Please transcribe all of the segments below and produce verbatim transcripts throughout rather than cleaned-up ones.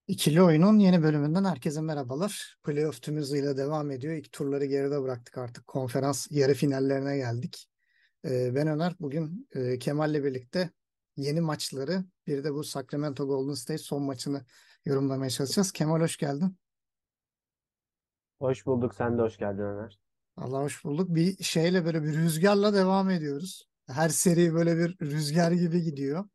İkili Oyun'un yeni bölümünden herkese merhabalar. Playoff tüm hızıyla devam ediyor. İlk turları geride bıraktık artık. Konferans yarı finallerine geldik. Ee, ben Öner. Bugün e, Kemal'le birlikte yeni maçları, bir de bu Sacramento Golden State son maçını yorumlamaya çalışacağız. Kemal hoş geldin. Hoş bulduk. Sen de hoş geldin Öner. Allah hoş bulduk. Bir şeyle böyle bir rüzgarla devam ediyoruz. Her seri böyle bir rüzgar gibi gidiyor.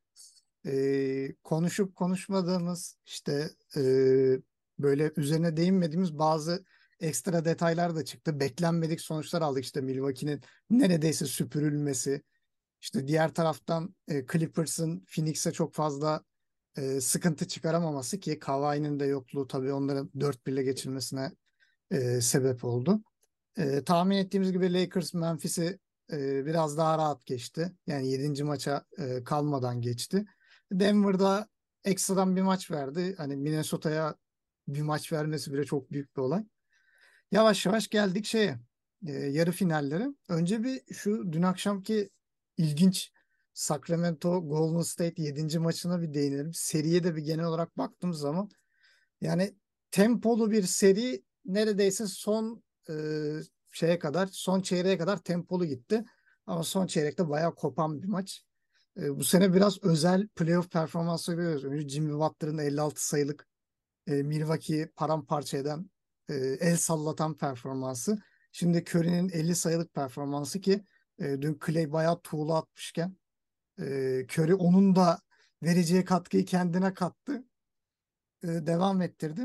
Ee, konuşup konuşmadığımız işte e, böyle üzerine değinmediğimiz bazı ekstra detaylar da çıktı. Beklenmedik sonuçlar aldık, işte Milwaukee'nin neredeyse süpürülmesi. İşte diğer taraftan e, Clippers'ın Phoenix'e çok fazla e, sıkıntı çıkaramaması, ki Kawhi'nin de yokluğu tabii onların dört birle geçilmesine e, sebep oldu. E, tahmin ettiğimiz gibi Lakers Memphis'i e, biraz daha rahat geçti. Yani yedinci maça e, kalmadan geçti. Denver'da ekstradan bir maç verdi. Hani Minnesota'ya bir maç vermesi bile çok büyük bir olay. Yavaş yavaş geldik şeye, e, yarı finallere. Önce bir şu dün akşamki ilginç Sacramento Golden State yedinci maçına bir değinelim. Seriye de bir genel olarak baktığımız zaman yani tempolu bir seri, neredeyse son e, şeye kadar, son çeyreğe kadar tempolu gitti. Ama son çeyrekte bayağı kopan bir maç. E, bu sene biraz özel playoff performansı görüyoruz. Önce Jimmy Butler'ın elli altı sayılık e, Milwaukee'yi paramparça eden, e, el sallatan performansı. Şimdi Curry'nin elli sayılık performansı, ki e, dün Clay bayağı tuğla atmışken e, Curry onun da vereceği katkıyı kendine kattı. E, devam ettirdi.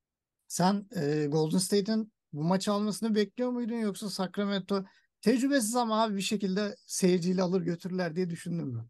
Sen e, Golden State'in bu maçı almasını bekliyor muydun, yoksa Sacramento tecrübesiz ama abi bir şekilde seyirciyle alır götürürler diye düşündün mü?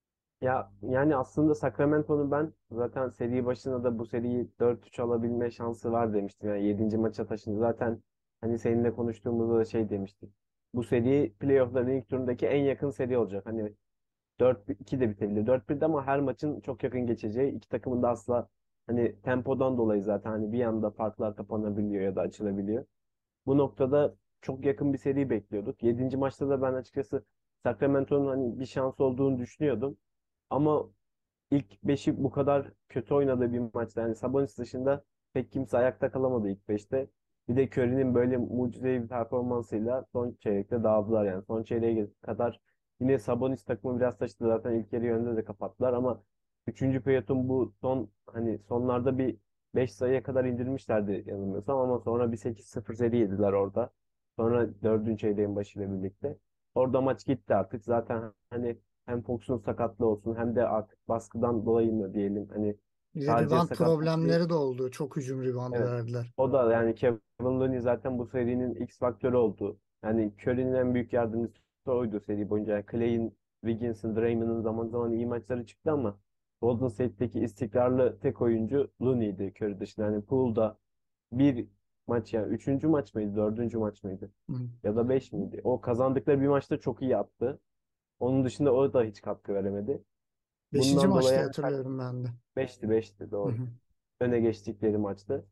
Ya yani aslında Sacramento'nun ben zaten seri başına da bu seriyi dört üç alabilme şansı var demiştim. Yani yedinci maça taşındı. Zaten hani seninle konuştuğumuzda da şey demiştik. Bu seri playoff'ların ilk turundaki en yakın seri olacak. Hani dört iki de bitebilir. dört bir de ama her maçın çok yakın geçeceği. İki takımın da asla hani tempodan dolayı zaten hani bir anda farklar kapanabiliyor ya da açılabiliyor. Bu noktada çok yakın bir seri bekliyorduk. Yedinci maçta da ben açıkçası Sacramento'nun hani bir şans olduğunu düşünüyordum. Ama ilk beşi bu kadar kötü oynadığı bir maçta yani Sabonis dışında pek kimse ayakta kalamadı ilk beşte. Bir de Curry'nin böyle mucizevi bir performansıyla son çeyrekte dağıldılar yani. Son çeyreğe kadar yine Sabonis takımı biraz taşıdı. Zaten ilk yarı önde de kapattılar ama üçüncü periyodun bu son hani sonlarda bir beş sayıya kadar indirmişlerdi yanılmıyorsam ama sonra bir sekiz sıfır seri yediler orada. Sonra dördüncü çeyreğin başıyla birlikte. Orada maç gitti artık. Zaten hani hem Fox'un sakatlığı olsun hem de artık baskıdan dolayı mı diyelim hani Bir de sadece rebound sakatlık değil. problemleri de oldu. Çok hücum reboundu Evet. verdiler. O da yani Kevin Looney zaten bu serinin X faktörü oldu. Yani Curry'nin en büyük yardımcısı oydu seri boyunca. Yani Clay'in, Wiggins'in, Draymond'ın zaman zaman iyi maçları çıktı ama Golden State'teki istikrarlı tek oyuncu Looney'di Curry dışında. Yani Poole'da bir maç yani üçüncü maç mıydı, dördüncü maç mıydı? Hı. Ya da beş miydi? O kazandıkları bir maçta çok iyi attı. Onun dışında o da hiç katkı veremedi. Beşinci Bundan maçta dolayı yani hatırlıyorum ben de. beşti beşti Hı doğru. hı. Öne geçtikleri maçtı.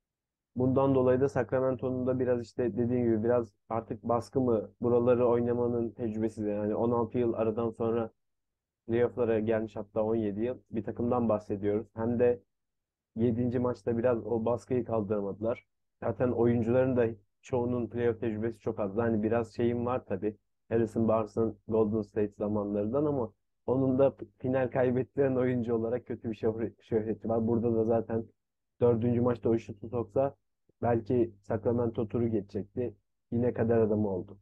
Bundan dolayı da Sacramento'nun da biraz işte dediğim gibi biraz artık baskı mı buraları oynamanın tecrübesi de yani on altı yıl aradan sonra playoff'lara gelmiş hatta on yedi yıl bir takımdan bahsediyoruz. Hem de yedinci maçta biraz o baskıyı kaldıramadılar. Zaten oyuncuların da çoğunun playoff tecrübesi çok az. Hani biraz şeyim var tabii. Harrison Barnes'ın Golden State zamanlarından ama onun da final kaybettiren oyuncu olarak kötü bir şöhre- şöhreti var. Burada da zaten dördüncü maçta o şutu soksa belki Sacramento turu geçecekti. Yine kader adamı oldu.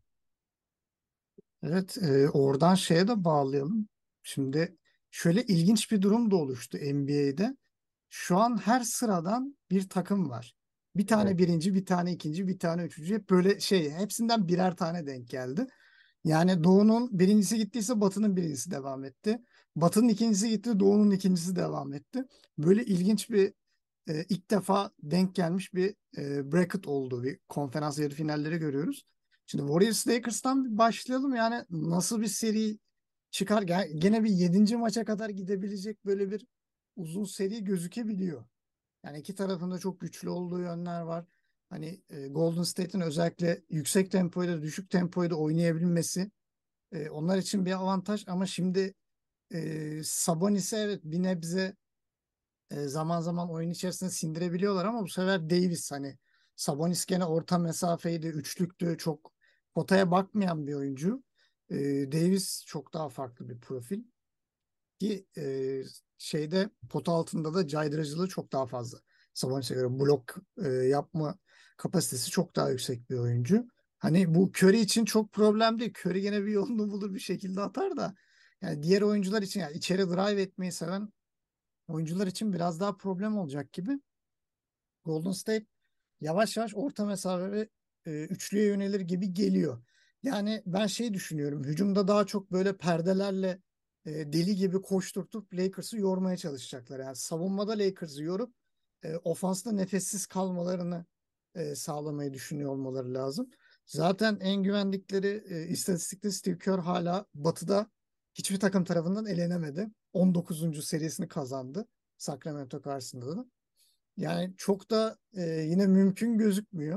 Evet, e, oradan şeye de bağlayalım. Şimdi şöyle ilginç bir durum da oluştu N B A'de. Şu an her sıradan bir takım var. Bir tane Evet. birinci, bir tane ikinci, bir tane üçüncü. Hep böyle şey, hepsinden birer tane denk geldi. Yani Doğu'nun birincisi gittiyse Batı'nın birincisi devam etti. Batı'nın ikincisi gitti, Doğu'nun ikincisi devam etti. Böyle ilginç bir, e, ilk defa denk gelmiş bir e, bracket oldu. Bir konferans yarı finalleri görüyoruz. Şimdi Warriors Lakers'tan bir başlayalım. Yani nasıl bir seri çıkar? Ge- Gene bir yedinci maça kadar gidebilecek böyle bir uzun seri gözükebiliyor. Yani iki tarafında çok güçlü olduğu yönler var. Hani e, Golden State'in özellikle yüksek tempoyla düşük tempoyla oynayabilmesi e, onlar için bir avantaj, ama şimdi e, Sabonis'e evet bir nebze e, zaman zaman oyun içerisinde sindirebiliyorlar ama bu sefer Davis hani Sabonis gene orta mesafeydi, üçlüktü, çok potaya bakmayan bir oyuncu. E, Davis çok daha farklı bir profil ki e, şeyde pota altında da caydırıcılığı çok daha fazla. Sabonis'e göre blok e, yapma kapasitesi çok daha yüksek bir oyuncu. Hani bu Curry için çok problem değil. Curry gene bir yolunu bulur bir şekilde atar da yani diğer oyuncular için yani içeri drive etmeyi seven oyuncular için biraz daha problem olacak gibi. Golden State yavaş yavaş orta mesafe ve e, üçlüye yönelir gibi geliyor. Yani ben şey düşünüyorum. Hücumda daha çok böyle perdelerle e, deli gibi koşturtup Lakers'ı yormaya çalışacaklar. Yani savunmada Lakers'ı yorup e, ofansta nefessiz kalmalarını e, sağlamayı düşünüyor olmaları lazım. Zaten en güvendikleri e, istatistikte Steve Kerr hala Batı'da hiçbir takım tarafından elenemedi. on dokuzuncu serisini kazandı Sacramento karşısında da. Yani çok da e, yine mümkün gözükmüyor.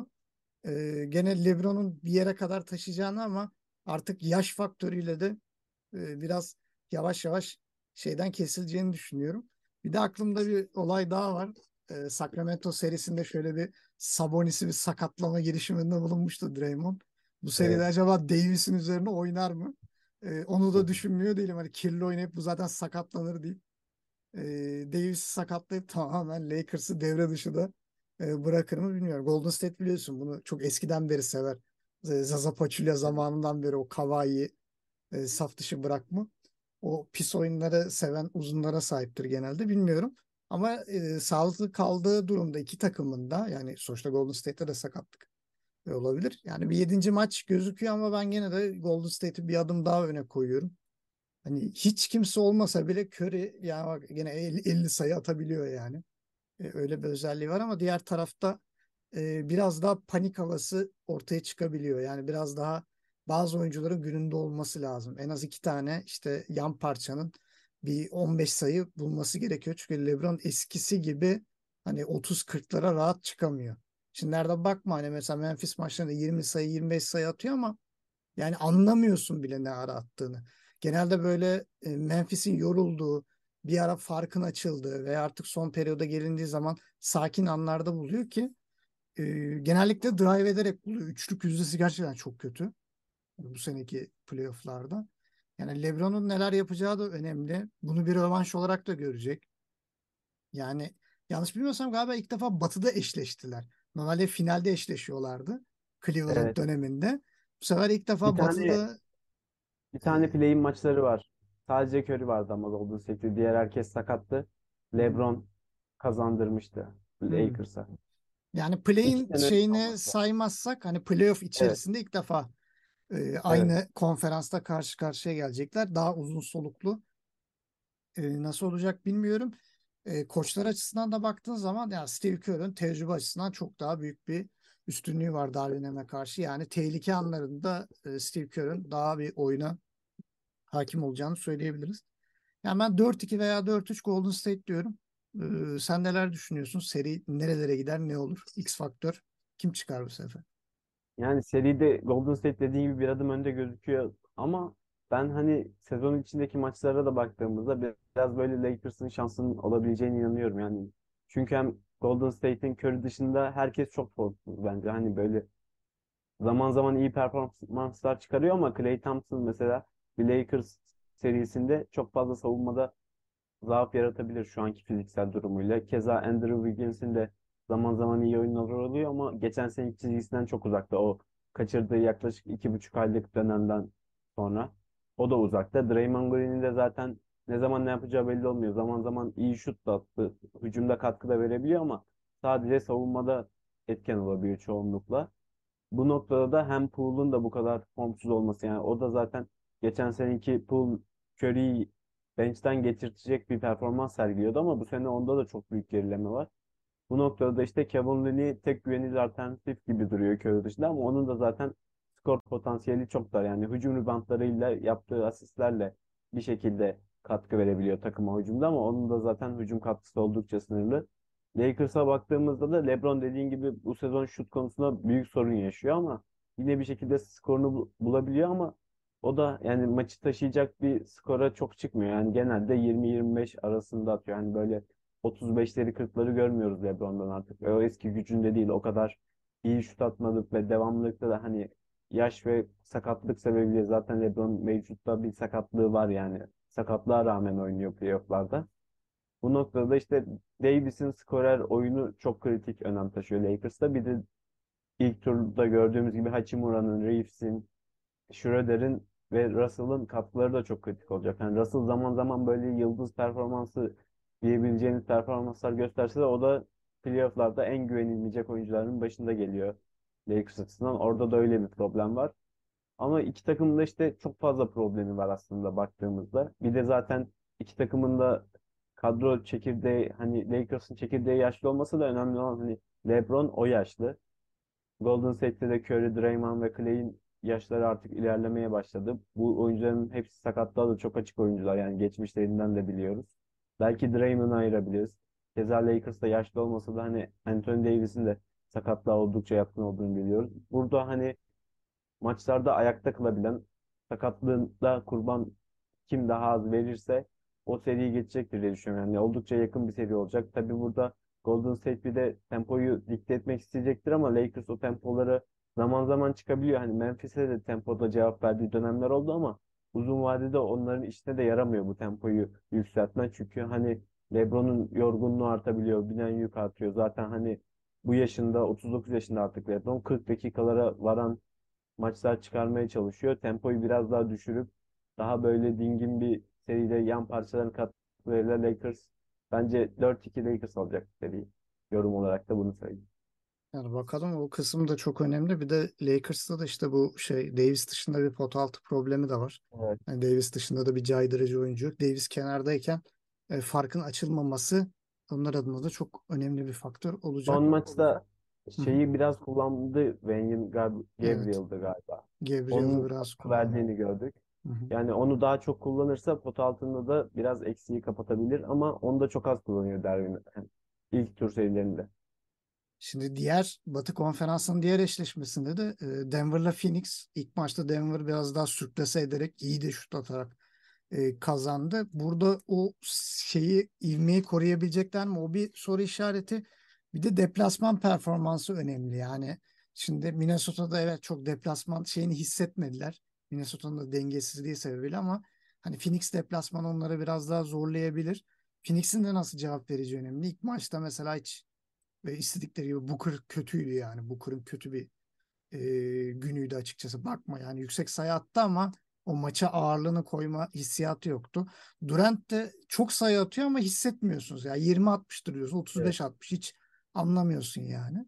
E, gene LeBron'un bir yere kadar taşıyacağını ama artık yaş faktörüyle de e, biraz yavaş yavaş şeyden kesileceğini düşünüyorum. Bir de aklımda bir olay daha var. E, Sacramento serisinde şöyle bir Sabonis'i bir sakatlama girişiminde bulunmuştu Draymond. Bu seride Evet. acaba Davis'in üzerine oynar mı? E, onu da düşünmüyor değilim. Hani kirli oynayıp bu zaten sakatlanır deyip e, Davis'i sakatlayıp tamamen Lakers'ı devre dışı da e, bırakır mı bilmiyorum. Golden State biliyorsun bunu çok eskiden beri sever. E, Zaza Pachulia zamanından beri o Kawhi'yi e, saf dışı bırakma. O pis oyunları seven uzunlara sahiptir genelde bilmiyorum. Ama e, sağlıklı kaldığı durumda iki takımın da yani sonuçta Golden State'te de sakatlık e, olabilir. Yani bir yedinci maç gözüküyor ama ben gene de Golden State'i bir adım daha öne koyuyorum. Hani hiç kimse olmasa bile Curry ya bak gene elli sayı atabiliyor yani. E, öyle bir özelliği var ama diğer tarafta e, biraz daha panik havası ortaya çıkabiliyor. Yani biraz daha bazı oyuncuların gününde olması lazım. En az iki tane işte yan parçanın bir on beş sayı bulması gerekiyor. Çünkü LeBron eskisi gibi hani otuz kırklara rahat çıkamıyor. Şimdi nerede bakma hani mesela Memphis maçlarında yirmi sayı yirmi beş sayı atıyor ama yani anlamıyorsun bile ne ara attığını. Genelde böyle e, Memphis'in yorulduğu, bir ara farkın açıldığı veya artık son periyoda gelindiği zaman sakin anlarda buluyor ki e, genellikle drive ederek buluyor. Üçlük yüzdesi gerçekten çok kötü bu seneki playoff'larda. Yani LeBron'un neler yapacağı da önemli. Bunu bir rövanş olarak da görecek. Yani yanlış bilmiyorsam galiba ilk defa Batı'da eşleştiler. Normalde finalde eşleşiyorlardı Cleveland Evet. döneminde. Bu sefer ilk Bir defa tane Batı'da bir e, tane play-in maçları var. Sadece Curry vardı ama Golden State'te. Diğer herkes sakattı. hmm, LeBron kazandırmıştı hmm. Lakers'a. Yani İki play'in sene önce şeyini olması lazım. saymazsak hani playoff Evet. içerisinde ilk defa e, Evet. aynı konferansta karşı karşıya gelecekler. Daha uzun soluklu. E, nasıl olacak bilmiyorum. E, koçlar açısından da baktığın zaman yani Steve Kerr'ın tecrübe açısından çok daha büyük bir üstünlüğü var Darvin Ham'e karşı. Yani tehlike anlarında e, Steve Kerr'ın daha bir oyuna hakim olacağını söyleyebiliriz. Yani ben dört iki veya dört üç Golden State diyorum. Ee, sen neler düşünüyorsun? Seri nerelere gider, ne olur? X faktör kim çıkar bu sefer? Yani seride Golden State dediğim gibi bir adım önde gözüküyor ama ben hani sezon içindeki maçlara da baktığımızda biraz böyle Lakers'ın şansının olabileceğine inanıyorum yani. Çünkü hem Golden State'in Curry dışında herkes çok formsuz bence. Hani böyle zaman zaman iyi performanslar çıkarıyor ama Klay Thompson mesela bir Lakers serisinde çok fazla savunmada zaaf yaratabilir şu anki fiziksel durumuyla. Keza Andrew Wiggins'in de zaman zaman iyi oyunlar oluyor ama geçen seneki çizgisinden çok uzakta. O kaçırdığı yaklaşık iki buçuk aylık dönemden sonra o da uzakta. Draymond Green'in de zaten ne zaman ne yapacağı belli olmuyor. Zaman zaman iyi şut da attı. Hücumda katkı da verebiliyor ama sadece savunmada etken olabiliyor çoğunlukla. Bu noktada da hem Poole'un da bu kadar formsuz olması yani o da zaten geçen seneki Poole Curry'i bench'ten geçirtecek bir performans sergiliyordu ama bu sene onda da çok büyük gerileme var. Bu noktada da işte Kevin Looney tek güvenilir alternatif gibi duruyor Curry dışında ama onun da zaten skor potansiyeli çok dar. Yani hücum reboundlarıyla yaptığı asistlerle bir şekilde katkı verebiliyor takıma hücumda ama onun da zaten hücum katkısı oldukça sınırlı. Lakers'a baktığımızda da LeBron dediğin gibi bu sezon şut konusunda büyük sorun yaşıyor ama yine bir şekilde skorunu bu- bulabiliyor ama o da yani maçı taşıyacak bir skora çok çıkmıyor. Yani genelde yirmi yirmi beş arasında atıyor. Yani böyle otuz beşleri kırkları görmüyoruz LeBron'dan artık. Ve o eski gücünde değil. O kadar iyi şut atmadık ve devamlılıkta da hani yaş ve sakatlık sebebiyle zaten LeBron mevcutta bir sakatlığı var yani. Sakatlığa rağmen oynuyor playoff'larda. Bu noktada işte Davis'in skorer oyunu çok kritik önem taşıyor Lakers'ta. Bir de ilk turda gördüğümüz gibi Hachimura'nın, Reeves'in, Schroeder'in ve Russell'ın katkıları da çok kritik olacak. Yani Russell zaman zaman böyle yıldız performansı diyebileceğimiz performanslar gösterse de o da playoff'larda en güvenilmeyecek oyuncuların başında geliyor Lakers açısından. Orada da öyle bir problem var. Ama iki takımın da işte çok fazla problemi var aslında baktığımızda. Bir de zaten iki takımın da kadro çekirdeği, hani Lakers'ın çekirdeği yaşlı olması da önemli olan, hani LeBron o yaşlı. Golden State'te de Curry, Draymond ve Clay'in yaşları artık ilerlemeye başladı. Bu oyuncuların hepsi sakatlığa da çok açık oyuncular, yani geçmişlerinden de biliyoruz. Belki Draymond'u ayırabiliriz. Keza Lakers'ta yaşlı olmasa da hani Anthony Davis'in de sakatlığa oldukça yatkın olduğunu biliyoruz. Burada hani maçlarda ayakta kalabilen, sakatlığında kurban kim daha az verirse o seriyi geçecektir diye düşünüyorum. Yani oldukça yakın bir seri olacak. Tabii burada Golden State bir de tempoyu dikte etmek isteyecektir ama Lakers o tempoları zaman zaman çıkabiliyor. Hani Memphis'e de tempoda cevap verdiği dönemler oldu ama uzun vadede onların işine de yaramıyor bu tempoyu yükseltmen. Çünkü hani LeBron'un yorgunluğu artabiliyor, binen yük artıyor. Zaten hani bu yaşında, otuz dokuz yaşında artık LeBron, kırk dakikalara varan maçlar çıkarmaya çalışıyor. Tempoyu biraz daha düşürüp daha böyle dingin bir seride yan parçaların katkılarıyla Lakers, bence dört iki Lakers alacak seriyi. Yorum olarak da bunu söyleyeyim. Yani bakalım, o kısım da çok önemli. Bir de Lakers'ta da işte bu şey Davis dışında bir pot altı problemi de var. Evet. Yani Davis dışında da bir caydırıcı oyuncu yok. Davis kenardayken e, farkın açılmaması onlar adına da çok önemli bir faktör Son olacak. maçta Hı hı. şeyi biraz kullandı, Wayne Gab- Evet. Gabriel'dı galiba. Gabriel'ı Onun biraz katkı kullandı. verdiğini gördük. Hı hı. Yani onu daha çok kullanırsa pot altında da biraz eksiği kapatabilir ama onu da çok az kullanıyor Derwin. Yani ilk tur serilerinde. Şimdi diğer Batı Konferansı'nın diğer eşleşmesinde de e, Denver'la Phoenix, ilk maçta Denver biraz daha sürklase ederek, iyi de şut atarak e, kazandı. Burada o şeyi, ivmeyi koruyabilecekler mi? O bir soru işareti. Bir de deplasman performansı önemli. Yani şimdi Minnesota'da evet çok deplasman şeyini hissetmediler. Minnesota'nın da dengesizliği sebebiyle, ama hani Phoenix deplasmanı onları biraz daha zorlayabilir. Phoenix'in de nasıl cevap vereceği önemli. İlk maçta mesela hiç ve istedikleri gibi Booker kötüydü yani. Booker'ın kötü bir e, günüydü açıkçası. Bakma yani, yüksek sayı attı ama o maça ağırlığını koyma hissiyatı yoktu. Durant de çok sayı atıyor ama hissetmiyorsunuz. Yani yirmi altmış duruyorsun, Evet. otuz beş altmış hiç anlamıyorsun yani.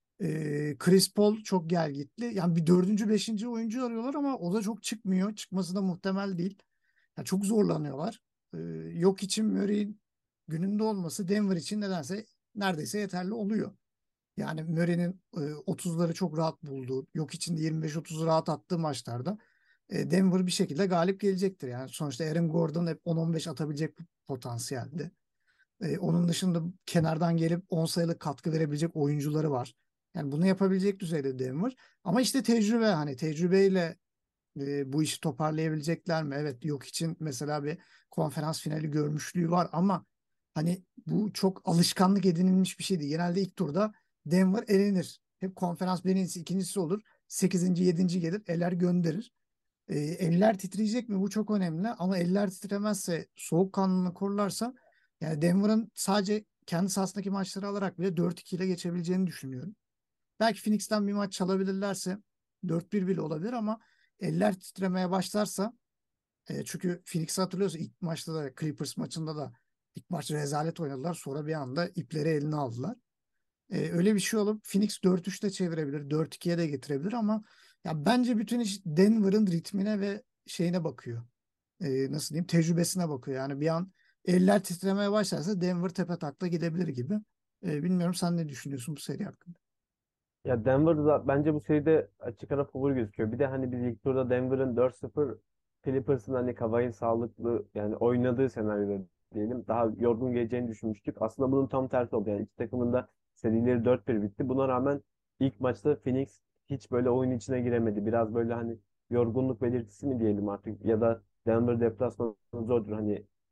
E, Chris Paul çok gelgitli. Yani bir dördüncü, beşinci oyuncu arıyorlar ama o da çok çıkmıyor. Çıkması da muhtemel değil. Yani çok zorlanıyorlar. E, Yok için Murray'in gününde olması Denver için nedense neredeyse yeterli oluyor. Yani Murray'nin e, otuzları çok rahat bulduğu, yok içinde yirmi beş otuz rahat attığı maçlarda e, Denver bir şekilde galip gelecektir. Yani sonuçta Aaron Gordon hep on on beş atabilecek potansiyelde. E, onun dışında kenardan gelip on sayılık katkı verebilecek oyuncuları var. Yani bunu yapabilecek düzeyde Denver. Ama işte tecrübe, hani tecrübeyle e, bu işi toparlayabilecekler mi? Evet, yok için mesela bir konferans finali görmüşlüğü var ama hani bu çok alışkanlık edinilmiş bir şey değil. Genelde ilk turda Denver elenir. Hep konferans birincisi, ikincisi olur. Sekizinci, yedinci gelir, eler gönderir. E, eller titreyecek mi? Bu çok önemli. Ama eller titremezse, soğukkanlılığını korurlarsa, yani Denver'ın sadece kendi sahasındaki maçları alarak bile dört iki ile geçebileceğini düşünüyorum. Belki Phoenix'ten bir maç çalabilirlerse dört bir bile olabilir ama eller titremeye başlarsa, e, çünkü Phoenix'i hatırlıyorsa ilk maçta da, Clippers maçında da ilk maç rezalet oynadılar. Sonra bir anda ipleri eline aldılar. E, öyle bir şey olup Phoenix dört üç de çevirebilir. dört ikiye de getirebilir ama ya bence bütün iş Denver'ın ritmine ve şeyine bakıyor. E, nasıl diyeyim, tecrübesine bakıyor. Yani bir an eller titremeye başlarsa Denver tepe takla gidebilir gibi. E, bilmiyorum, sen ne düşünüyorsun bu seri hakkında? Ya Denver da bence bu seride açık ara favori gözüküyor. Bir de hani biz ilk turda Denver'ın dört sıfır, Clippers'ın hani Kawhi'nin sağlıklı yani oynadığı senaryoda diyelim daha yorgun geleceğini düşünmüştük. Aslında bunun tam tersi oldu. Yani iki takımın da serileri dört bir bitti. Buna rağmen ilk maçta Phoenix hiç böyle oyun içine giremedi. Biraz böyle hani yorgunluk belirtisi mi diyelim artık, ya da Denver deplasmanı zordur. Hani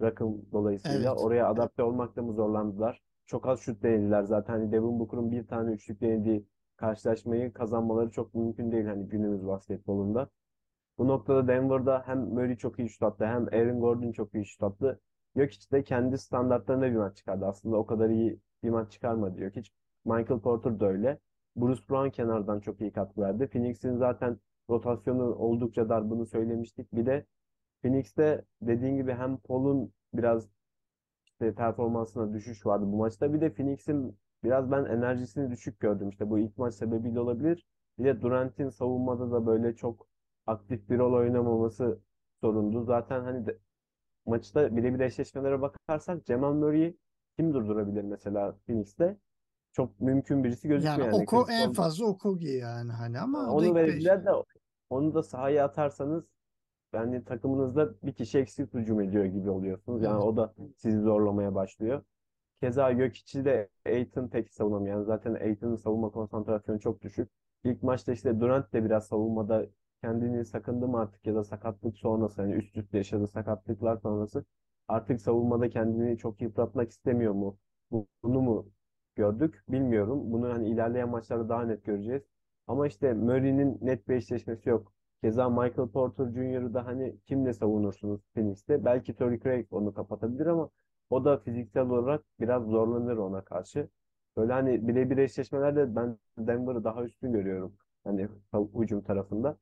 rakım dolayısıyla. Evet. Oraya adapte olmakta mı zorlandılar? Çok az şut denediler zaten. Hani Devin Booker'ın bir tane üçlük denediği karşılaşmayı kazanmaları çok mümkün değil hani günümüz basketbolunda. Bu noktada Denver'da hem Murray çok iyi şut attı hem Aaron Gordon çok iyi şut attı. Jokic de kendi standartlarında bir maç çıkardı. Aslında o kadar iyi bir maç çıkarmadı Jokic. Michael Porter da öyle. Bruce Brown kenardan çok iyi katkı verdi. Phoenix'in zaten rotasyonu oldukça dar, bunu söylemiştik. Bir de Phoenix'te dediğin gibi hem Paul'un biraz işte performansına düşüş vardı bu maçta. Bir de Phoenix'in biraz ben enerjisini düşük gördüm. İşte bu ilk maç sebebiyle olabilir. Bir de Durant'in savunmada da böyle çok aktif bir rol oynamaması sorundu. Zaten hani de, maçta birebir eşleşmelere bakarsak Jamal Murray'i kim durdurabilir mesela Phoenix'te? Çok mümkün birisi Yani gözükmüyor yani. Oko Chris en Paul, fazla Okogie yani hani ama o da onu ilk beş. verdiler de onu da sahaya atarsanız yani takımınızda bir kişi eksik hücum ediyor gibi oluyorsunuz. Yani Evet. o da sizi zorlamaya başlıyor. Keza Jokic'i de Ayton pek savunamıyor. Yani zaten Ayton'un savunma konsantrasyonu çok düşük. İlk maçta işte Durant de biraz savunmada kendini sakındı mı artık ya da sakatlık sonrası yani üst üste yaşadığı sakatlıklar sonrası artık savunmada kendini çok yıpratmak istemiyor mu? Bu- Bunu mu gördük? Bilmiyorum. Bunu hani ilerleyen maçlarda daha net göreceğiz. Ama işte Murray'nin net bir eşleşmesi yok. Keza Michael Porter Junior'ı da hani kimle savunursunuz Phoenix'te? Belki Torrey Craig onu kapatabilir ama o da fiziksel olarak biraz zorlanır ona karşı. Böyle hani birebir eşleşmelerde ben Denver'ı daha üstün görüyorum. Hani hücum tarafında.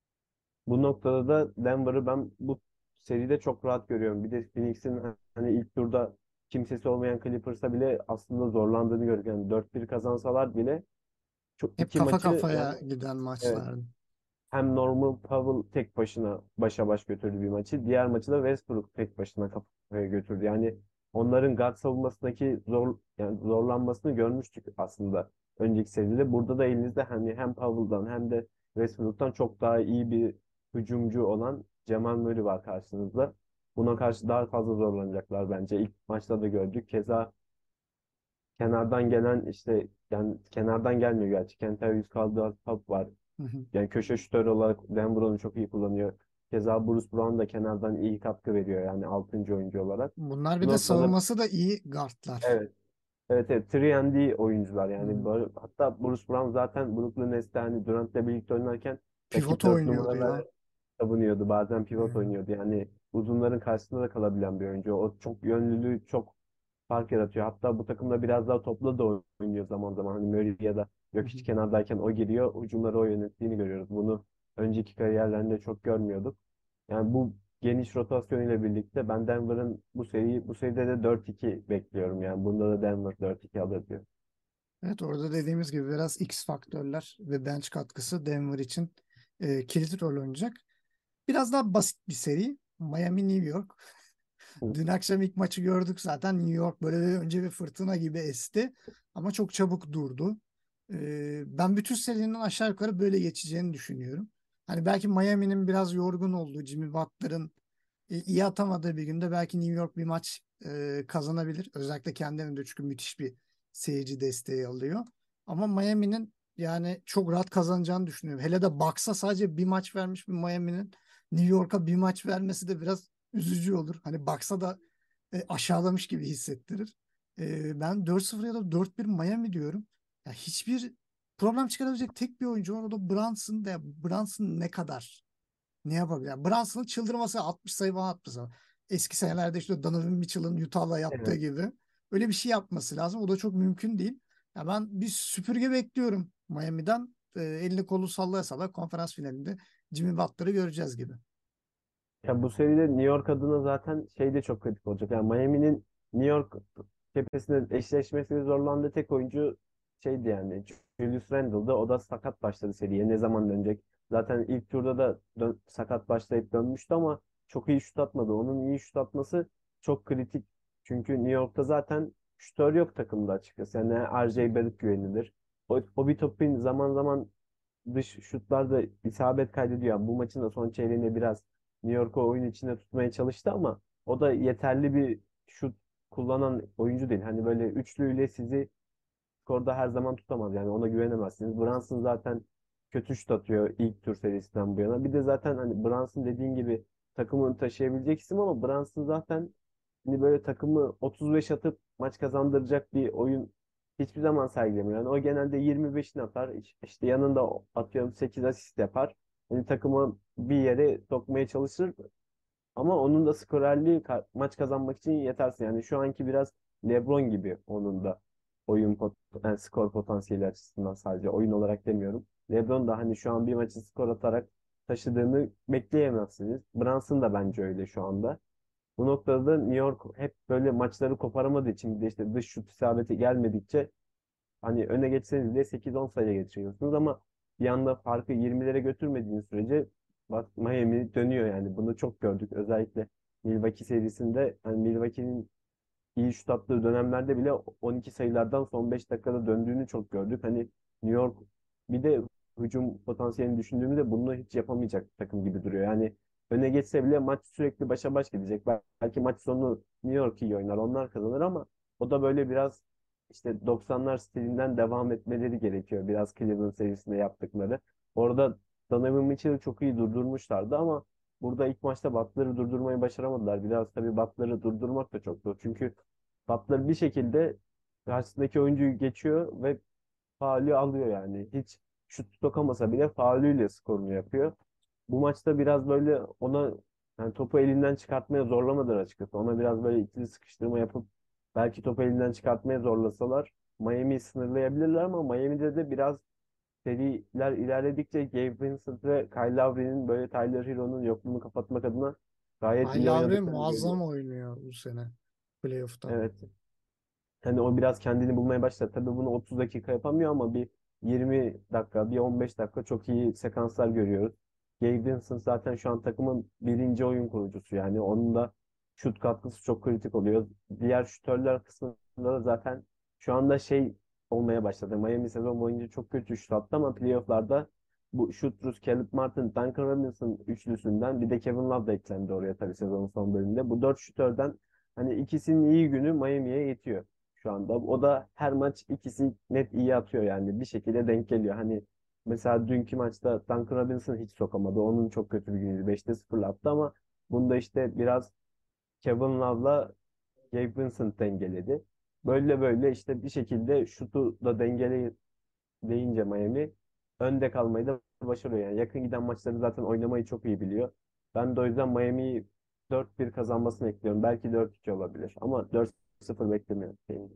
Bu noktada da Denver'ı ben bu seride çok rahat görüyorum. Bir de Phoenix'in hani ilk turda kimsesi olmayan Clippers'a bile aslında zorlandığını görüyorum. Yani dört bir kazansalar bile çok Hep iki kafa maçı yani kafaya giden evet, maçlardı. hem Norman Powell tek başına başa baş götürdü bir maçı. Diğer maçı da Westbrook tek başına kafaya götürdü. Yani onların guard savunmasındaki zor yani zorlanmasını görmüştük aslında önceki seride. Burada da elinizde hani hem Powell'dan hem de Westbrook'tan çok daha iyi bir hücumcu olan Jamal Murray var karşınızda. Buna karşı daha fazla zorlanacaklar bence. İlk maçta da gördük. Keza kenardan gelen işte yani kenardan gelmiyor gerçi. Kentavius Caldwell-Pope var. Hı hı. Yani köşe şutörü olarak Denver onu çok iyi kullanıyor. Keza Bruce Brown da kenardan iyi katkı veriyor yani altıncı oyuncu olarak. Bunlar Bu bir de noktada savunması da iyi guardlar. evet, evet, evet, üç and D oyuncular Hı yani hı. böyle, hatta Bruce Brown zaten Brooklyn Nets'te hani Durant'le birlikte oynarken rakip Pivot dört oynuyordu ya. numaraları savunuyordu. Bazen Hı pivot hı. oynuyordu. Yani uzunların karşısında da kalabilen bir oyuncu. O çok yönlülüğü çok fark yaratıyor. Hatta bu takımda biraz daha toplu da oynuyor zaman zaman. Hani Murray ya da Hı yok hı. hiç kenardayken o giriyor. Hücumları o yönettiğini görüyoruz. Bunu önceki kariyerlerinde çok görmüyorduk. Yani bu geniş rotasyon ile birlikte ben Denver'ın bu seriyi bu seride de dört iki bekliyorum. Yani bunda da Denver dört iki alır diyor. Evet, orada dediğimiz gibi biraz X faktörler ve bench katkısı Denver için e, kilit rol oynayacak. Biraz daha basit bir seri. Miami New York. Hı. Dün akşam ilk maçı gördük zaten. New York böyle bir- önce bir fırtına gibi esti ama çok çabuk durdu. Ee, ben bütün serinin aşağı yukarı böyle geçeceğini düşünüyorum. Hani belki Miami'nin biraz yorgun olduğu, Jimmy Butler'ın e, iyi atamadığı bir günde belki New York bir maç e, kazanabilir. Özellikle kendi evinde çünkü müthiş bir seyirci desteği alıyor. Ama Miami'nin yani çok rahat kazanacağını düşünüyorum. Hele de Bucks'a sadece bir maç vermiş bir Miami'nin New York'a bir maç vermesi de biraz üzücü olur. Hani Bucks'a da e, aşağılamış gibi hissettirir. E, ben dört sıfır ya da dört bir Miami diyorum. Ya hiçbir problem çıkarabilecek tek bir oyuncu var. O da Brunson. De Brunson ne kadar? Ne yapabilir? Yani Brunson'ın çıldırması altmış sayı falan atması. Eski senelerde işte Donovan Mitchell'ın Utah'la yaptığı Evet. gibi. Öyle bir şey yapması lazım. O da çok mümkün değil. Ya ben bir süpürge bekliyorum Miami'den. E, elini kolu sallaya sallaya konferans finalinde Jimmy Butler'ı göreceğiz gibi. Ya bu seride New York adına zaten şey de çok kritik olacak. Yani Miami'nin New York cephesinde eşleşmesi zorlandığı tek oyuncu şeydi yani Julius Randle'dı. O da sakat başladı seriye. Ne zaman dönecek? Zaten ilk turda da dön- sakat başlayıp dönmüştü ama çok iyi şut atmadı. Onun iyi şut atması çok kritik. Çünkü New York'ta zaten şutör yok takımda açıkçası. Yani R J Barrett güvenilir. O, Obi Toppin zaman zaman dış şutlarda isabet kaydediyor. Yani bu maçın da son çeyreğinde biraz New York'u oyun içinde tutmaya çalıştı ama o da yeterli bir şut kullanan oyuncu değil. Hani böyle üçlüyle sizi skorda her zaman tutamaz. Yani ona güvenemezsiniz. Brunson zaten kötü şut atıyor ilk tur serisinden bu yana. Bir de zaten hani Brunson dediğin gibi takımını taşıyabilecek isim ama Brunson zaten hani böyle takımı otuz beş atıp maç kazandıracak bir oyun hiçbir zaman sergilemiyor. Yani o genelde yirmi beşini atar. İş- işte yanında atıyorum sekiz asist yapar. Hani takımı bir yere sokmaya çalışır. Ama onun da skorerliği ka- maç kazanmak için yetersiz. Yani şu anki biraz LeBron gibi onun da oyun pot yani skor potansiyeli açısından, sadece oyun olarak demiyorum. LeBron da hani şu an bir maçı skor atarak taşıdığını bekleyemezsiniz. Brunson da bence öyle şu anda. Bu noktada da New York hep böyle maçları koparamadığı için, bir de işte dış şut isabeti gelmedikçe hani öne geçseniz bile sekiz on sayıya geçiriyorsunuz ama bir anda farkı yirmilere götürmediğiniz sürece bak Miami dönüyor yani. Bunu çok gördük. Özellikle Milwaukee serisinde hani Milwaukee'nin iyi şut attığı dönemlerde bile on iki sayılardan son beş dakikada döndüğünü çok gördük. Hani New York bir de hücum potansiyelini düşündüğümüzde bunu hiç yapamayacak takım gibi duruyor. Yani öne geçse bile maç sürekli başa baş gidecek. Belki maç sonu New York iyi oynar, onlar kazanır ama o da böyle biraz işte doksanlar stilinden devam etmeleri gerekiyor. Biraz Cleveland serisinde yaptıkları. Orada Donovan Mitchell'i çok iyi durdurmuşlardı ama burada ilk maçta Butler'ı durdurmayı başaramadılar. Biraz tabii Butler'ı durdurmak da çok zor. Çünkü Butler bir şekilde karşısındaki oyuncuyu geçiyor ve faulü alıyor yani. Hiç şut sokamasa bile faulüyle skorunu yapıyor. Bu maçta biraz böyle ona yani topu elinden çıkartmaya zorlamadılar açıkçası. Ona biraz böyle ikili sıkıştırma yapıp belki topu elinden çıkartmaya zorlasalar Miami'yi sınırlayabilirler ama Miami'de de biraz seriler ilerledikçe Gabe Vincent ve Kyle Lowry'nin böyle Tyler Hero'nun yokluğunu kapatmak adına gayet Kyle iyi Lowry oynadıklarını muazzam görüyoruz. oynuyor bu sene playoff'ta. Evet. Hani o biraz kendini bulmaya başladı. Tabii bunu otuz dakika yapamıyor ama bir yirmi dakika, bir on beş dakika çok iyi sekanslar görüyoruz. Gabe Vincent zaten şu an takımın birinci oyun kurucusu yani. Onun da şut katkısı çok kritik oluyor. Diğer şutörler kısmında da zaten şu anda şey olmaya başladı. Miami sezon boyunca çok kötü şut attı ama playofflarda bu Şutrus, Caleb Martin, Duncan Robinson üçlüsünden bir de Kevin Love da eklendi oraya tabii sezonun son bölümünde. Bu dört şutörden hani ikisinin iyi günü Miami'ye yetiyor şu anda. O da her maç ikisi net iyi atıyor yani. Bir şekilde denk geliyor. Hani mesela dünkü maçta Duncan Robinson hiç sokamadı. Onun çok kötü bir günüydü. beşte sıfır attı ama bunda işte biraz Kevin Love'la Gabe Vincent dengeledi. Böyle böyle işte bir şekilde şutu da dengeleyince Miami önde kalmayı da başarıyor. Yani yakın giden maçları zaten oynamayı çok iyi biliyor. Ben de o yüzden Miami'yi dört bir kazanmasını bekliyorum. Belki dört iki olabilir ama dört sıfır beklemiyorum.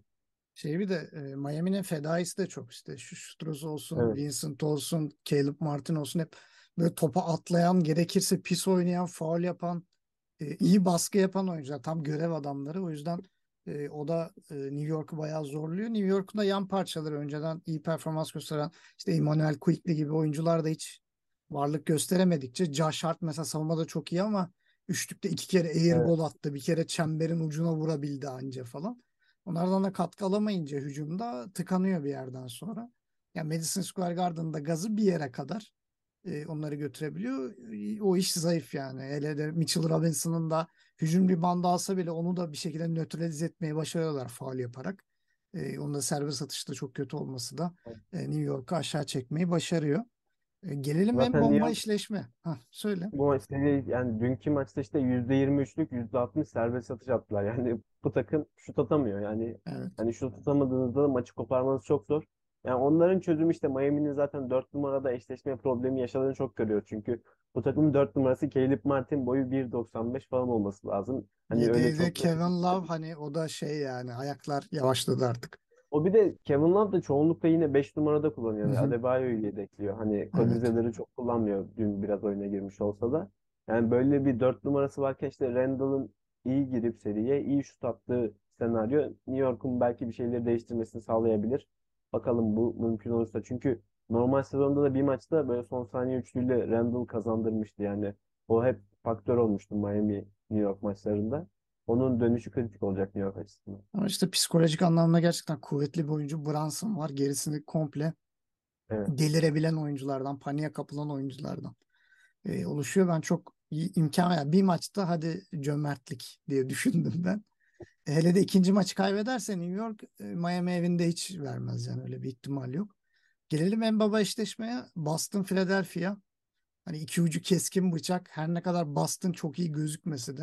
Şey bir de e, Miami'nin fedaisi de çok işte. Şu Struz olsun, Evet. Vincent olsun, Caleb Martin olsun hep böyle topa atlayan, gerekirse pis oynayan, faul yapan, e, iyi baskı yapan oyuncular. Tam görev adamları. O yüzden e, o da e, New York'u bayağı zorluyor. New York'un da yan parçaları önceden iyi performans gösteren işte Emmanuel Quickly gibi oyuncular da hiç varlık gösteremedikçe Josh Hart mesela savunmada çok iyi ama üçlükte iki kere airball Evet. attı. Bir kere çemberin ucuna vurabildi anca falan. Onlardan da katkı alamayınca hücumda tıkanıyor bir yerden sonra. Yani Madison Square Garden'da gazı bir yere kadar e, onları götürebiliyor. E, O iş zayıf yani. Hele de Mitchell Robinson'ın da hücum ribandı alsa bile onu da bir şekilde nötralize etmeyi başarıyorlar faul yaparak. E, onun da serbest atışta çok kötü olması da e, New York'u aşağı çekmeyi başarıyor. E, gelelim en Zaten New bomba York eşleşme. Hah, söyle. bu maç seri- yani dünkü maçta işte yüzde yirmi üçlük yüzde altmış serbest atış attılar. Yani bu takım şut atamıyor. Yani Evet. hani şut atamadığınızda da maçı koparmanız çok zor. Yani onların çözümü işte Miami'nin zaten dört numarada eşleşme problemi yaşadığını çok görüyor. Çünkü bu takımın dört numarası Caleb Martin, boyu bir doksan beş falan olması lazım. Hani öyle Yedeği de çok da Kevin Love hani o da şey yani ayaklar yavaşladı artık. o bir de Kevin Love da çoğunlukla yine beş numarada Hı kullanıyor. Yani hı. Adebayo'yu yedekliyor. Hani Evet. Codize'leri çok kullanmıyor. Dün biraz oyuna girmiş olsa da. Yani böyle bir dört numarası varken işte Randall'ın iyi girip seriye iyi şut attığı senaryo New York'un belki bir şeyleri değiştirmesini sağlayabilir. Bakalım bu mümkün olursa. Çünkü normal sezonda da bir maçta böyle son saniye üçlüyle Randall kazandırmıştı. Yani o hep faktör olmuştu Miami New York maçlarında. Onun dönüşü kritik olacak New York açısından. Ama işte psikolojik anlamda gerçekten kuvvetli bir oyuncu Brunson var. Gerisini komple Evet. delirebilen oyunculardan, paniğe kapılan oyunculardan e, oluşuyor. Ben çok iyi imkan yani bir maçta hadi cömertlik diye düşündüm ben. E, Hele de ikinci maçı kaybederse New York e, Miami evinde hiç vermez yani öyle bir ihtimal yok. Gelelim en baba eşleşmeye. Boston Philadelphia. Hani iki ucu keskin bıçak. Her ne kadar Boston çok iyi gözükmese de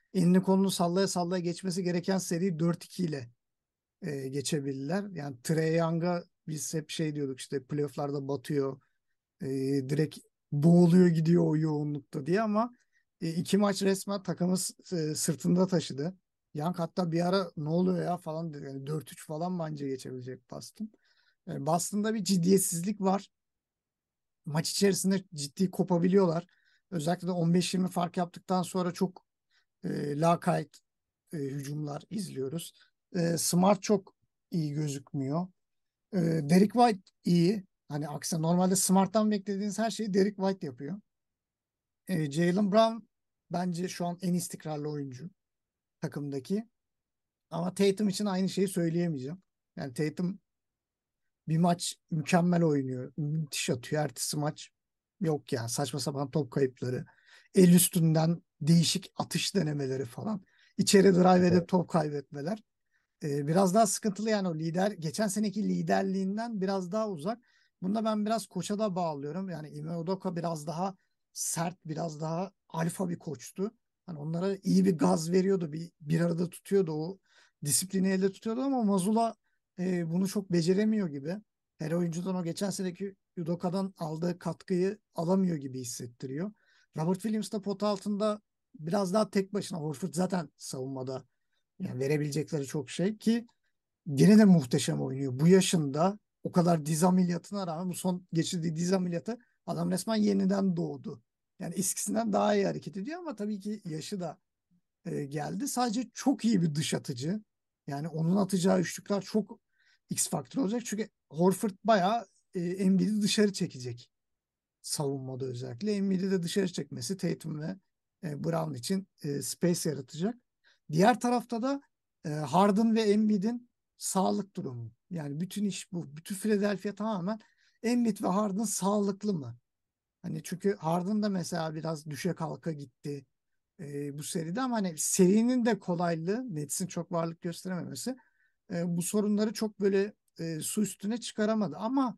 elini kolunu sallaya sallaya geçmesi gereken seri dört iki ile e, geçebilirler. Yani Trae Young'a biz hep şey diyorduk, işte playoff'larda batıyor, e, direkt boğuluyor gidiyor o yoğunlukta diye, ama e, iki maç resmen takımı e, sırtında taşıdı. Young hatta bir ara ne oluyor ya falan dedi. Yani dört üç falan bence geçebilecek Boston. E, Boston'da bir ciddiyetsizlik var. Maç içerisinde ciddi kopabiliyorlar. Özellikle de on beş yirmi fark yaptıktan sonra çok e, lakayt e, hücumlar izliyoruz. E, Smart çok iyi gözükmüyor. E, Derek White iyi. Hani aksine normalde Smart'tan beklediğiniz her şeyi Derek White yapıyor. E, Jaylen Brown bence şu an en istikrarlı oyuncu takımdaki. Ama Tatum için aynı şeyi söyleyemeyeceğim. Yani Tatum bir maç mükemmel oynuyor. Müthiş atıyor. Ertesi maç yok yani. Saçma sapan top kayıpları. El üstünden değişik atış denemeleri falan. İçeri drive edip top kaybetmeler. Ee, biraz daha sıkıntılı yani, o lider geçen seneki liderliğinden biraz daha uzak. Bunda ben biraz koça da bağlıyorum. Yani Ime Udoka biraz daha sert, biraz daha alfa bir koçtu. Hani onlara iyi bir gaz veriyordu, bir bir arada tutuyordu, o disiplini elde tutuyordu, ama Mazula e, bunu çok beceremiyor gibi. Her oyuncudan o geçen seneki Udoka'dan aldığı katkıyı alamıyor gibi hissettiriyor. Robert Williams da pot altında biraz daha tek başına. Horford zaten savunmada yani verebilecekleri çok şey, ki gene de muhteşem oynuyor. Bu yaşında o kadar diz ameliyatına rağmen, bu son geçirdiği diz ameliyatı, adam resmen yeniden doğdu. Yani eskisinden daha iyi hareket ediyor, ama tabii ki yaşı da e, geldi. Sadece çok iyi bir dış atıcı. Yani onun atacağı üçlükler çok X faktör olacak. Çünkü Horford bayağı e, Embiid'i dışarı çekecek savunmada özellikle. Embiid'i de dışarı çekmesi Tatum ve e, Brown için e, space yaratacak. Diğer tarafta da e, Harden ve Embiid'in sağlık durumu. Yani bütün iş bu. Bütün Philadelphia tamamen Embiid ve Harden sağlıklı mı? Hani çünkü Harden da mesela biraz düşe kalka gitti e, bu seride, ama hani serinin de kolaylığı, Nets'in çok varlık gösterememesi e, bu sorunları çok böyle e, su üstüne çıkaramadı. Ama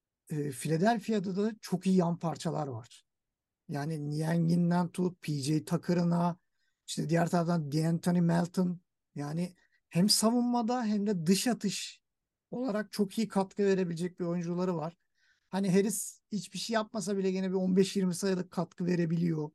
e, Philadelphia'da da çok iyi yan parçalar var. Yani Niang'in'den tut P J Tucker'ına, işte diğer taraftan D'Anthony Melton, yani hem savunmada hem de dış atış olarak çok iyi katkı verebilecek bir oyuncuları var. Hani Harris hiçbir şey yapmasa bile gene bir on beş yirmi sayılık katkı verebiliyor.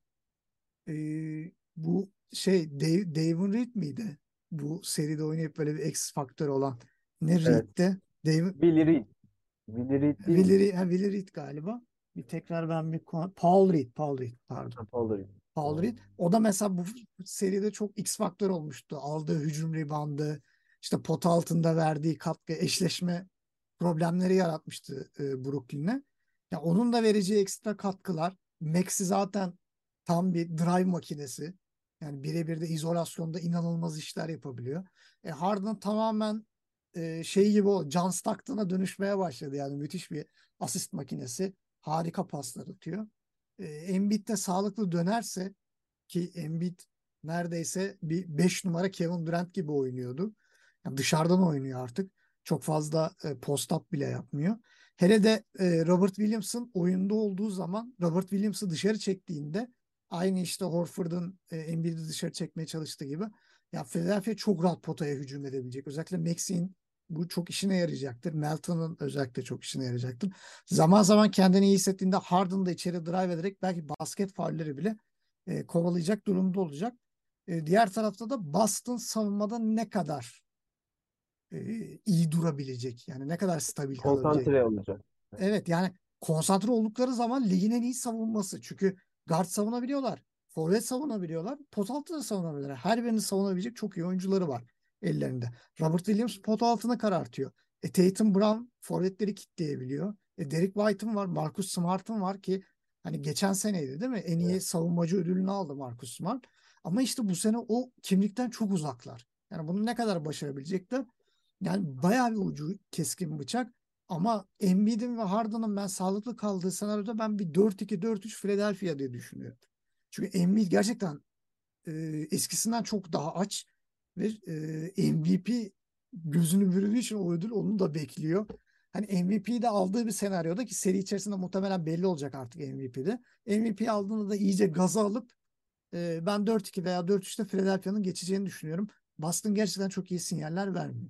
Ee, bu şey Dave, Davon Reed miydi? Bu seride oynayıp böyle bir X faktör olan. Ne Evet. Reed'de? Dave, Billy Reed. Billy Reed değil mi? Willie, Reed, ha, Willie Reed galiba. Bir tekrar ben bir Paul Reed, Paul Reed pardon. Ha, Paul Reed. Paul Doğru. Reed. O da mesela bu seride çok X faktör olmuştu. Aldığı hücum ribandı, işte pot altında verdiği katkı, eşleşme problemleri yaratmıştı e, Brooklyn'e. Ya onun da vereceği ekstra katkılar. Maxi zaten tam bir drive makinesi. Yani birebir de izolasyonda inanılmaz işler yapabiliyor. E, Harden tamamen e, şey gibi, o John Stockton'a dönüşmeye başladı. Yani müthiş bir asist makinesi. Harika paslar atıyor. E, Embiid de sağlıklı dönerse, ki Embiid neredeyse bir beş numara Kevin Durant gibi oynuyordu. Yani dışarıdan oynuyor artık. Çok fazla e, post-up bile yapmıyor. Hele de e, Robert Williams'ın oyunda olduğu zaman, Robert Williams'ı dışarı çektiğinde, aynı işte Horford'un e, Embiid'i dışarı çekmeye çalıştığı gibi, ya Philadelphia çok rahat potaya hücum edebilecek. Özellikle Maxi'nin bu çok işine yarayacaktır. Melton'un özellikle çok işine yarayacaktır. Zaman zaman kendini iyi hissettiğinde Harden da içeri drive ederek belki basket faulleri bile e, kovalayacak durumda olacak. E, diğer tarafta da Boston savunmada ne kadar e, iyi durabilecek? Yani ne kadar stabil kalabilecek? Konsantre olacak. Evet yani konsantre oldukları zaman ligin en iyi savunması. Çünkü guard savunabiliyorlar. Forvet savunabiliyorlar. Pot altı da savunabiliyorlar. Her birini savunabilecek çok iyi oyuncuları var ellerinde. Robert Williams pot altını karartıyor. E, Tatum Brown forvetleri kitleyebiliyor. E, Derek White'ın var. Marcus Smart'ın var ki hani geçen seneydi değil mi? En iyi Evet. savunmacı ödülünü aldı Marcus Smart. Ama işte bu sene o kimlikten çok uzaklar. Yani bunu ne kadar başarabilecekler? Yani bayağı bir ucu keskin bıçak. Ama Embiid'in ve Harden'ın ben sağlıklı kaldığı senaryoda ben bir dört iki dört üç Philadelphia diye düşünüyorum. Çünkü Embiid gerçekten e, eskisinden çok daha aç ve e, M V P gözünü bürüdüğü için o ödül onu da bekliyor. Hani M V P'yi de aldığı bir senaryoda, ki seri içerisinde muhtemelen belli olacak artık M V P'de. M V P aldığında da iyice gaza alıp Ee, ben dört iki veya dört üçte Philadelphia'nın geçeceğini düşünüyorum. Boston gerçekten çok iyi sinyaller vermiyor.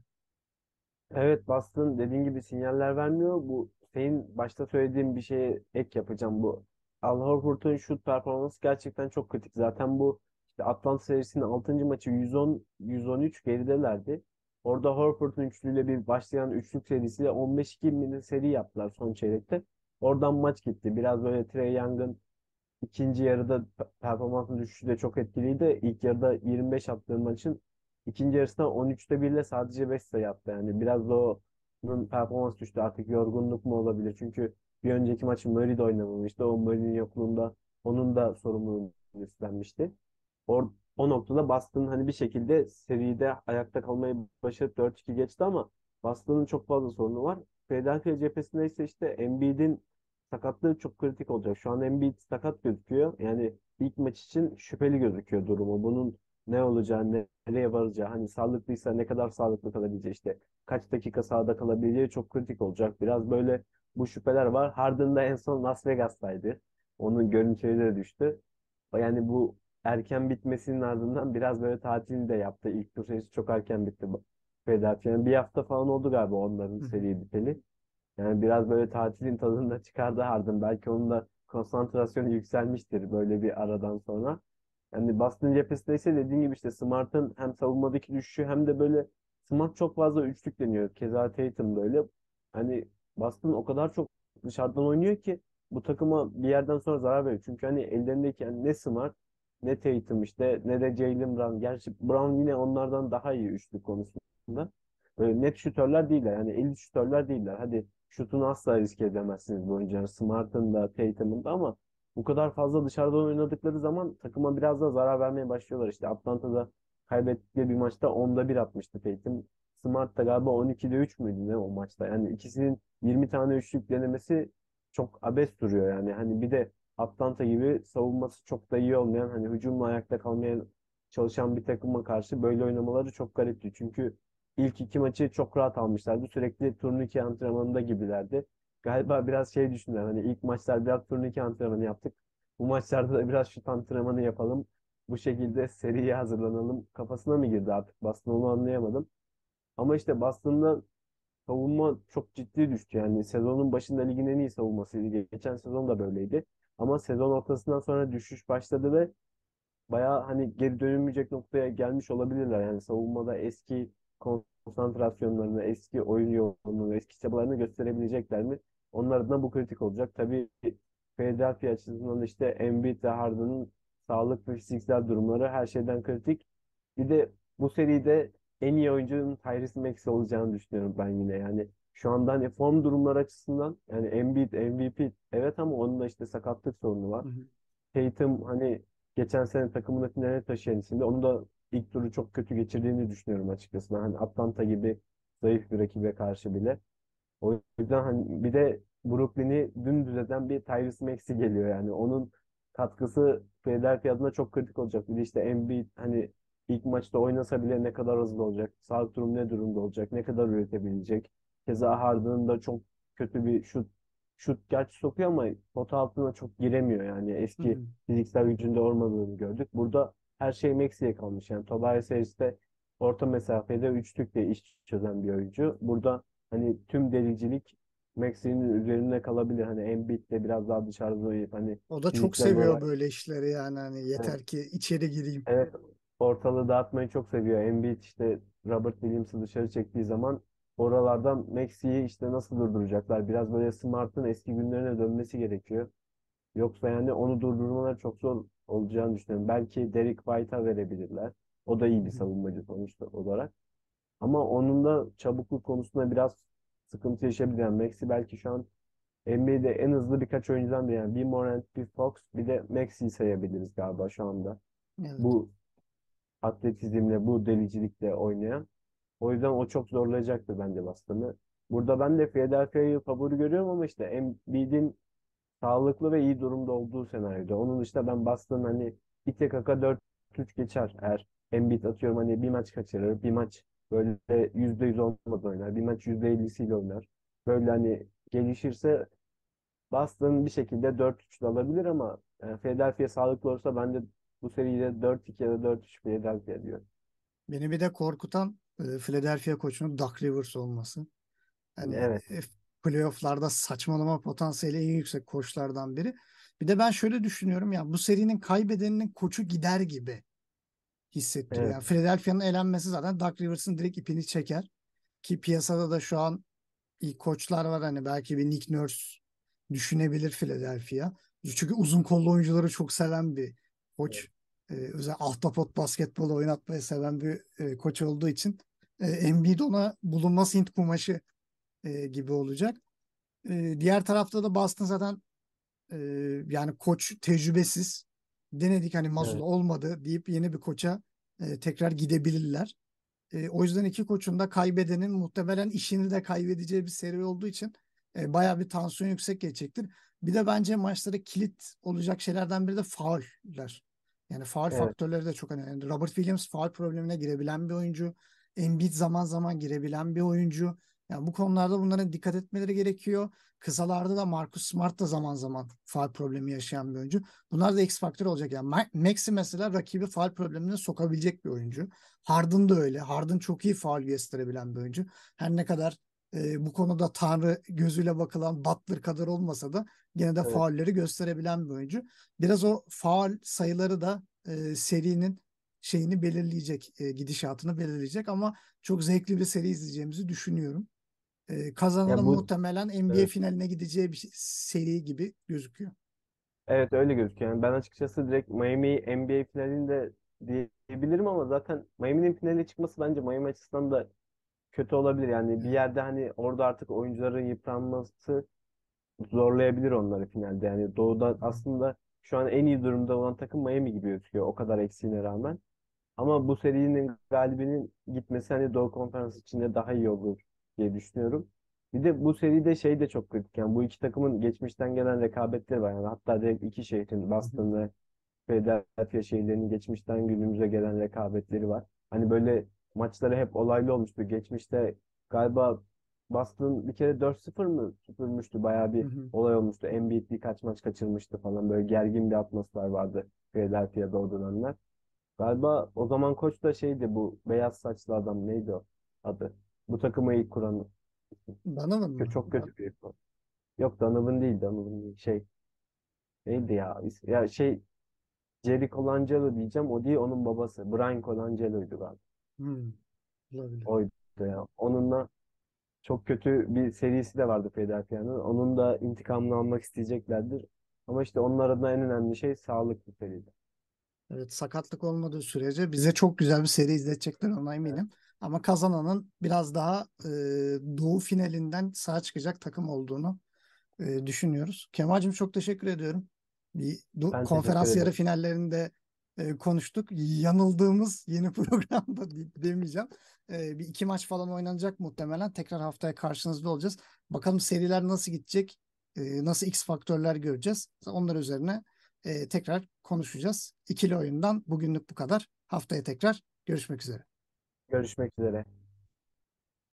Evet, Boston dediğin gibi sinyaller vermiyor. Bu senin başta söylediğin bir şeye ek yapacağım. Bu Al Horford'un şut performansı gerçekten çok kritik. Zaten bu işte Atlanta serisinin altıncı maçı yüz on yüz on üç geridelerdi. Orada Horford'un üçlüyle bir başlayan üçlük serisiyle on beş iki mi seri yaptılar son çeyrekte. Oradan maç gitti. Biraz böyle Trae Young'ın İkinci yarıda pe- performansın düşüşü de çok etkiliydi. İlk yarıda yirmi beş attığı maçın ikinci yarısında on üçte bir ile sadece beş sayı attı. Yani biraz da onun performans düştü. Artık yorgunluk mu olabilir? Çünkü bir önceki maçı Murray de oynamamıştı. O Murray'nin yokluğunda onun da sorumluluğunu üstlenmişti. Or o noktada Boston hani bir şekilde seride ayakta kalmayı başarıp dört iki geçti ama Boston'ın çok fazla sorunu var. Philadelphia cephesinde ise işte Embiid'in sakatlığı çok kritik olacak. Şu an Embiid sakat gözüküyor. Yani ilk maç için şüpheli gözüküyor durumu. Bunun ne olacağı, ne- nereye varacağı, hani sağlıklıysa ne kadar sağlıklı kalabileceği, işte kaç dakika sahada kalabileceği çok kritik olacak. Biraz böyle bu şüpheler var. Harden da en son Las Vegas'taydı. Onun görüntüleri de düştü. Yani bu erken bitmesinin ardından biraz böyle tatilini de yaptı. İlk tur serisi çok erken bitti. bu- Philadelphia. Yani bir hafta falan oldu galiba onların Hı hı. seri biteli. Yani biraz böyle tatilin tadını da çıkardı Harden. Belki onun da konsantrasyonu yükselmiştir böyle bir aradan sonra. Yani Boston cephesinde ise dediğim gibi işte Smart'ın hem savunmadaki düşüşü hem de böyle Smart çok fazla üçlük deniyor. Keza Tatum böyle. Hani Boston o kadar çok dışarıdan oynuyor ki bu takıma bir yerden sonra zarar veriyor. Çünkü hani ellerindeki yani ne Smart ne Tatum işte ne de Jaylen Brown. Gerçi Brown yine onlardan daha iyi üçlük konusunda. Böyle net şütörler değiller. Yani elit şütörler değiller. Hadi şutunu asla riske edemezsiniz bu oyuncuların. Smart'ın da Tatum'un da ama bu kadar fazla dışarıdan oynadıkları zaman takıma biraz da zarar vermeye başlıyorlar. İşte Atlanta'da kaybettikleri bir maçta onda bir atmıştı Tatum. Smart da galiba on ikide üç müydü ne o maçta? Yani ikisinin yirmi tane üçlük denemesi çok abes duruyor yani. Hani bir de Atlanta gibi savunması çok da iyi olmayan, hani hücumla ayakta kalmaya çalışan bir takıma karşı böyle oynamaları çok garipti. Çünkü ilk iki maçı çok rahat almışlardı. Sürekli turnike antrenmanında gibilerdi. Galiba biraz şey düşündüler. Hani ilk maçlar biraz turnike antrenmanı yaptık. Bu maçlarda da biraz şut antrenmanı yapalım. Bu şekilde seriye hazırlanalım. Kafasına mı girdi artık? Boston onu anlayamadım. Ama işte Boston'da savunma çok ciddi düştü. Yani sezonun başında ligin en iyi savunmasıydı. Geçen sezon da böyleydi. Ama sezon ortasından sonra düşüş başladı ve bayağı hani geri dönülmeyecek noktaya gelmiş olabilirler. Yani savunmada eski konsantrasyonlarını, eski oyun yoğunluğunu, eski çabalarını gösterebilecekler mi? Onlar adına bu kritik olacak. Tabii Philadelphia açısından da işte Embiid ve Harden'ın sağlık ve fiziksel durumları her şeyden kritik. Bir de bu seride en iyi oyuncunun Tyrese Maxey olacağını düşünüyorum ben yine. Yani şu anda hani form durumları açısından yani Embiid M V P evet ama onun da işte sakatlık sorunu var. Hı hı. Tatum hani geçen sene takımını finale taşıyan isimdi. Onu da ilk turu çok kötü geçirdiğini düşünüyorum açıkçası. Ben hani Atlanta gibi zayıf bir rakibe karşı bile. O yüzden hani bir de Brooklyn'i dümdüz eden bir Tyrese Maxey geliyor yani. Onun katkısı Philadelphia adına çok kritik olacak. Bir de işte Embiid hani ilk maçta oynasa bile ne kadar hızlı olacak? Sağlık durumu ne durumda olacak? Ne kadar üretebilecek? Keza Harden'ın da çok kötü bir şut şut gerçi sokuyor ama pota altına çok giremiyor yani. Hı Eski hı. fiziksel gücünde olmadığını gördük. Burada her şey Maxey'e kalmış. Yani Tobias Harris de orta mesafede üçlükle iş çözen bir oyuncu. Burada hani tüm delicilik Maxi'nin üzerine kalabilir. Hani Embiid de biraz daha dışarıda oynayıp hani O da çok fiziksel seviyor olarak böyle işleri yani hani evet, yeter ki içeri gireyim. evet, ortalığı dağıtmayı çok seviyor. Embiid işte Robert Williams'ı dışarı çektiği zaman oralardan Maxi'yi işte nasıl durduracaklar? Biraz böyle Smart'ın eski günlerine dönmesi gerekiyor. Yoksa yani onu durdurmaları çok zor olacağını düşünüyorum. Belki Derek White'a verebilirler. O da iyi Hı bir hı. savunmacı sonuçta olarak. Ama onun da çabukluk konusunda biraz sıkıntı yaşayabilir. Yani Maxi belki şu an N B A'de en hızlı birkaç oyuncudan biri. Yani bir Morant, bir Fox, bir de Maxi'yi sayabiliriz galiba şu anda. Evet. Bu atletizmle, bu delicilikle oynayan. O yüzden o çok zorlayacaktır bence Boston'ı. Burada ben de Philadelphia'yı favori görüyorum ama işte Embiid'in sağlıklı ve iyi durumda olduğu senaryoda. Onun dışında ben Boston hani ite kaka dört üç geçer eğer Embiid atıyorum hani bir maç kaçırır, bir maç böyle yüzde yüz olmadan oynar, bir maç yüzde ellisiyle oynar. Böyle hani gelişirse Boston bir şekilde dört üç de alabilir ama yani Philadelphia sağlıklı olursa ben de Bu seride dört iki ya da dört üç Philadelphia diyor. Beni bir de korkutan e, Philadelphia koçunun Doug Rivers olması. Hani Evet, e, playofflarda saçmalama potansiyeli en yüksek koçlardan biri. Bir de ben şöyle düşünüyorum ya, bu serinin kaybedeninin koçu gider gibi hissettiriyor. evet, Yani Philadelphia'nın elenmesi zaten Doug Rivers'ın direkt ipini çeker. Ki piyasada da şu an iyi koçlar var, hani belki bir Nick Nurse düşünebilir Philadelphia. Çünkü uzun kollu oyuncuları çok seven bir evet. koç. Ee, özel ahtapot basketbol oynatmayı seven bir e, koç olduğu için e, Embiid ona bulunmaz Hint kumaşı e, gibi olacak. E, diğer tarafta da Boston zaten e, yani koç tecrübesiz. Denedik hani Mazula Evet. olmadı deyip yeni bir koça e, tekrar gidebilirler. E, o yüzden iki koçun da kaybedenin muhtemelen işini de kaybedeceği bir seri olduğu için e, bayağı bir tansiyon yüksek geçecektir. Bir de bence maçlara kilit olacak şeylerden biri de fauller. Yani faul Evet. faktörleri de çok önemli. Yani Robert Williams faul problemine girebilen bir oyuncu. Embiid zaman zaman girebilen bir oyuncu. Yani bu konularda bunlara dikkat etmeleri gerekiyor. Kısalarda da Marcus Smart da zaman zaman faul problemi yaşayan bir oyuncu. Bunlar da X faktör olacak. Yani Maxi mesela rakibi faul problemine sokabilecek bir oyuncu. Harden da öyle. Harden çok iyi faul gösterebilen bir oyuncu. Her ne kadar e, bu konuda tanrı gözüyle bakılan Butler kadar olmasa da gene de Evet. faulleri gösterebilen bir oyuncu. Biraz o faul sayıları da e, serinin şeyini belirleyecek, e, gidişatını belirleyecek ama çok zevkli bir seri izleyeceğimizi düşünüyorum. E, Ya kazananın bu muhtemelen N B A evet. finaline gideceği bir şey- seri gibi gözüküyor. Evet, öyle gözüküyor. Yani ben açıkçası direkt Miami N B A finalinde diyebilirim ama zaten Miami'nin finale çıkması bence Miami açısından da kötü olabilir. Yani bir Evet. yerde hani orada artık oyuncuların yıpranması zorlayabilir onları finalde. Yani Doğu'da aslında şu an en iyi durumda olan takım Miami gibi gözüküyor o kadar eksiğine rağmen. Ama bu serinin galibinin gitmesi hani Doğu Konferansı içinde daha iyi olur diye düşünüyorum. Bir de bu seride şey de çok kritik. Yani bu iki takımın geçmişten gelen rekabetleri var. Yani hatta direkt iki şehrin Hı hı. Boston ve Philadelphia şehirlerinin geçmişten günümüze gelen rekabetleri var. Hani böyle maçları hep olaylı olmuştu. Geçmişte galiba Boston bir kere dört sıfır mı süpürmüştü? Bayağı Hı bir hı. olay olmuştu. Embiid birkaç maç kaçırmıştı falan. Böyle gergin bir atmosfer vardı Philadelphia'da o dönemler. Galiba o zaman koç da şeydi, bu beyaz saçlı adam neydi o adı? Bu takımı ilk kuran Donovan Kö- mı? çok kötü bir koç. Yok, Donovan değil, Donovan değil. Şey neydi ya? İs- Ya şey, Jerry Colangelo diyeceğim. O değil, onun babası. Brian Colangelo'ydu galiba. Hmm, olabilir. Oydu ya. Onunla çok kötü bir serisi de vardı Philadelphia'nın. Onun da intikamını almak isteyeceklerdir. Ama işte onun adına en önemli şey sağlıklı seriydi. Evet, sakatlık olmadığı sürece bize çok güzel bir seri izletecekler, ona Evet. eminim. Ama kazananın biraz daha e, doğu finalinden sağ çıkacak takım olduğunu e, düşünüyoruz. Kemal'cim çok teşekkür ediyorum. Bir du- Ben teşekkür konferans yarı ederim. finallerinde e, konuştuk. Yanıldığımız yeni programda de- demeyeceğim. E, bir iki maç falan oynanacak muhtemelen. Tekrar haftaya karşınızda olacağız. Bakalım seriler nasıl gidecek? E, nasıl X faktörler göreceğiz? Onlar üzerine e, tekrar konuşacağız. İkili oyundan bugünlük bu kadar. Haftaya tekrar görüşmek üzere. Görüşmek üzere.